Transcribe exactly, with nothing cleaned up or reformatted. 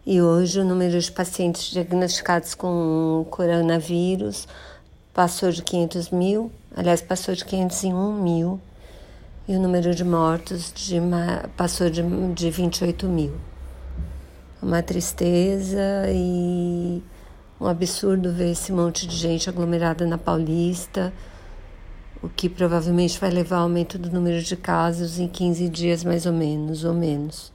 E hoje o número de pacientes diagnosticados com coronavírus passou de quinhentos mil, aliás, passou de quinhentos e um mil, e o número de mortos de, passou de, de vinte e oito mil. Uma tristeza e um absurdo ver esse monte de gente aglomerada na Paulista, o que provavelmente vai levar ao aumento do número de casos em quinze dias mais ou menos, ou menos.